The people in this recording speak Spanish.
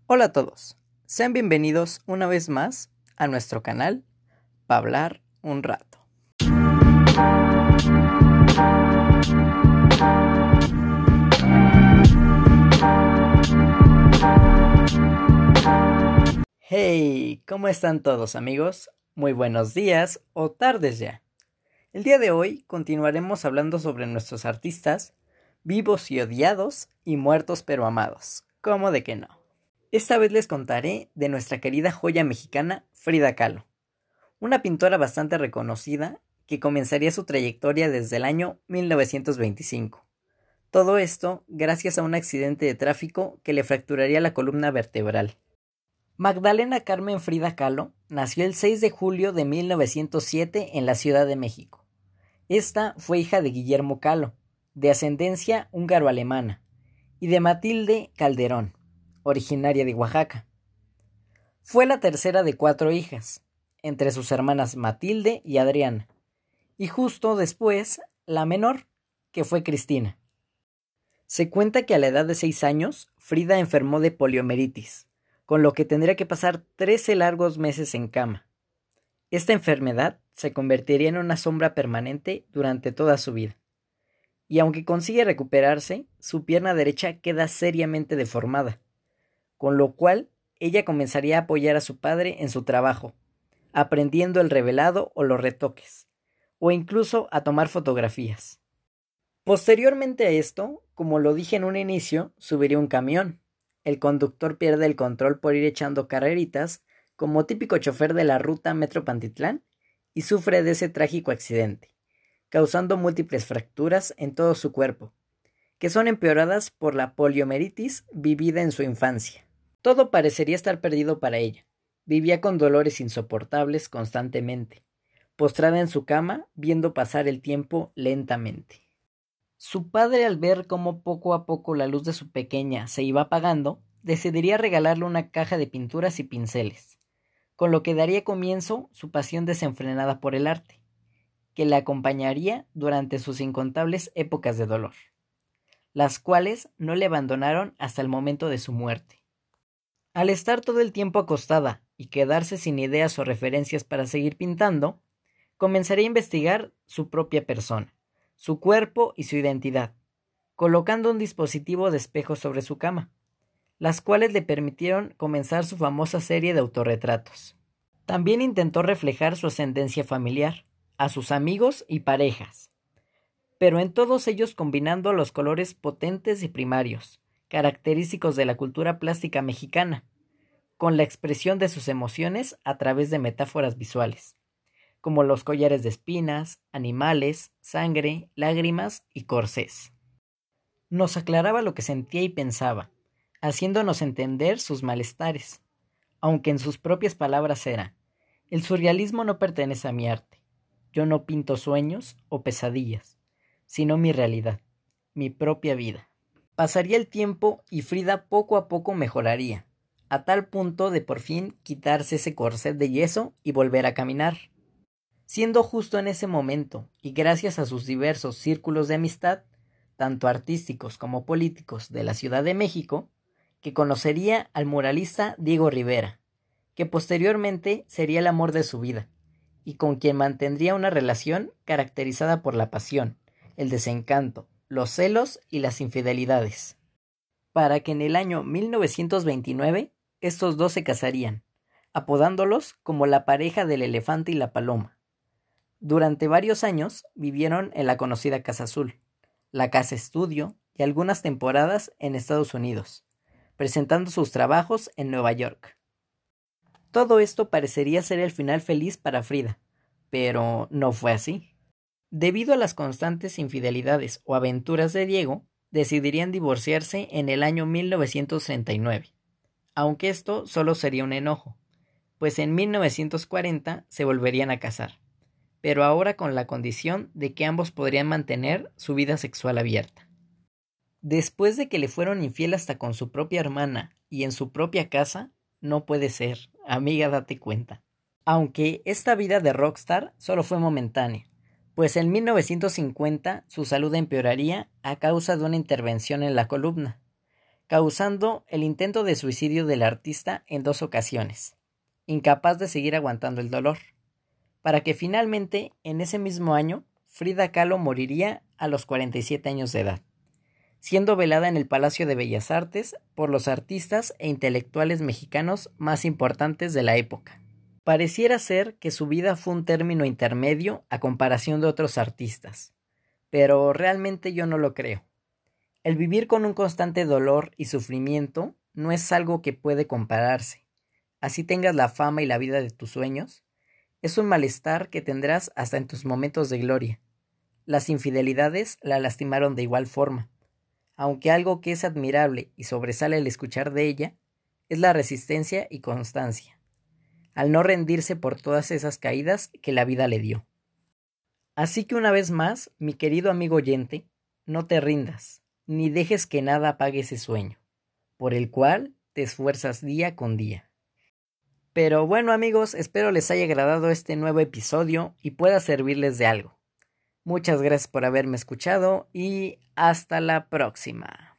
Hola a todos, sean bienvenidos una vez más a nuestro canal para hablar un rato. Hey, ¿cómo están todos amigos? Muy buenos días o tardes ya. El día de hoy continuaremos hablando sobre nuestros artistas vivos y odiados y muertos pero amados. ¿Cómo de que no? Esta vez les contaré de nuestra querida joya mexicana Frida Kahlo, una pintora bastante reconocida que comenzaría su trayectoria desde el año 1925. Todo esto gracias a un accidente de tráfico que le fracturaría la columna vertebral. Magdalena Carmen Frida Kahlo nació el 6 de julio de 1907 en la Ciudad de México. Esta fue hija de Guillermo Kahlo, de ascendencia húngaro-alemana, y de Matilde Calderón, originaria de Oaxaca. Fue la tercera de 4 hijas, entre sus hermanas Matilde y Adriana, y justo después la menor, que fue Cristina. Se cuenta que a la edad de 6 años, Frida enfermó de poliomielitis, con lo que tendría que pasar 13 largos meses en cama. Esta enfermedad se convertiría en una sombra permanente durante toda su vida. Y aunque consigue recuperarse, su pierna derecha queda seriamente deformada, con lo cual ella comenzaría a apoyar a su padre en su trabajo, aprendiendo el revelado o los retoques, o incluso a tomar fotografías. Posteriormente a esto, como lo dije en un inicio, subiría un camión. El conductor pierde el control por ir echando carreritas, como típico chofer de la ruta Metro Pantitlán, y sufre de ese trágico accidente, causando múltiples fracturas en todo su cuerpo, que son empeoradas por la poliomielitis vivida en su infancia. Todo parecería estar perdido para ella. Vivía con dolores insoportables constantemente, postrada en su cama, viendo pasar el tiempo lentamente. Su padre, al ver cómo poco a poco la luz de su pequeña se iba apagando, decidiría regalarle una caja de pinturas y pinceles, con lo que daría comienzo su pasión desenfrenada por el arte, que le acompañaría durante sus incontables épocas de dolor, las cuales no le abandonaron hasta el momento de su muerte. Al estar todo el tiempo acostada y quedarse sin ideas o referencias para seguir pintando, comenzaría a investigar su propia persona, su cuerpo y su identidad, colocando un dispositivo de espejo sobre su cama, las cuales le permitieron comenzar su famosa serie de autorretratos. También intentó reflejar su ascendencia familiar, a sus amigos y parejas, pero en todos ellos combinando los colores potentes y primarios, característicos de la cultura plástica mexicana, con la expresión de sus emociones a través de metáforas visuales, como los collares de espinas, animales, sangre, lágrimas y corsés. Nos aclaraba lo que sentía y pensaba, haciéndonos entender sus malestares, aunque en sus propias palabras era: el surrealismo no pertenece a mi arte, yo no pinto sueños o pesadillas, sino mi realidad, mi propia vida. Pasaría el tiempo y Frida poco a poco mejoraría, a tal punto de por fin quitarse ese corset de yeso y volver a caminar. Siendo justo en ese momento, y gracias a sus diversos círculos de amistad, tanto artísticos como políticos de la Ciudad de México, que conocería al muralista Diego Rivera, que posteriormente sería el amor de su vida, y con quien mantendría una relación caracterizada por la pasión, el desencanto, los celos y las infidelidades, para que en el año 1929 estos dos se casarían, apodándolos como la pareja del elefante y la paloma. Durante varios años vivieron en la conocida Casa Azul, la Casa Estudio y algunas temporadas en Estados Unidos, presentando sus trabajos en Nueva York. Todo esto parecería ser el final feliz para Frida, pero no fue así. Debido a las constantes infidelidades o aventuras de Diego, decidirían divorciarse en el año 1939, aunque esto solo sería un enojo, pues en 1940 se volverían a casar, pero ahora con la condición de que ambos podrían mantener su vida sexual abierta. Después de que le fueron infiel hasta con su propia hermana y en su propia casa, no puede ser, amiga, date cuenta. Aunque esta vida de rockstar solo fue momentánea, pues en 1950 su salud empeoraría a causa de una intervención en la columna, causando el intento de suicidio del artista en 2 ocasiones, incapaz de seguir aguantando el dolor, para que finalmente, en ese mismo año, Frida Kahlo moriría a los 47 años de edad, siendo velada en el Palacio de Bellas Artes por los artistas e intelectuales mexicanos más importantes de la época. Pareciera ser que su vida fue un término intermedio a comparación de otros artistas, pero realmente yo no lo creo. El vivir con un constante dolor y sufrimiento no es algo que puede compararse. Así tengas la fama y la vida de tus sueños, es un malestar que tendrás hasta en tus momentos de gloria. Las infidelidades la lastimaron de igual forma, aunque algo que es admirable y sobresale al escuchar de ella es la resistencia y constancia, al no rendirse por todas esas caídas que la vida le dio. Así que una vez más, mi querido amigo oyente, no te rindas, ni dejes que nada apague ese sueño, por el cual te esfuerzas día con día. Pero bueno amigos, espero les haya agradado este nuevo episodio y pueda servirles de algo. Muchas gracias por haberme escuchado y hasta la próxima.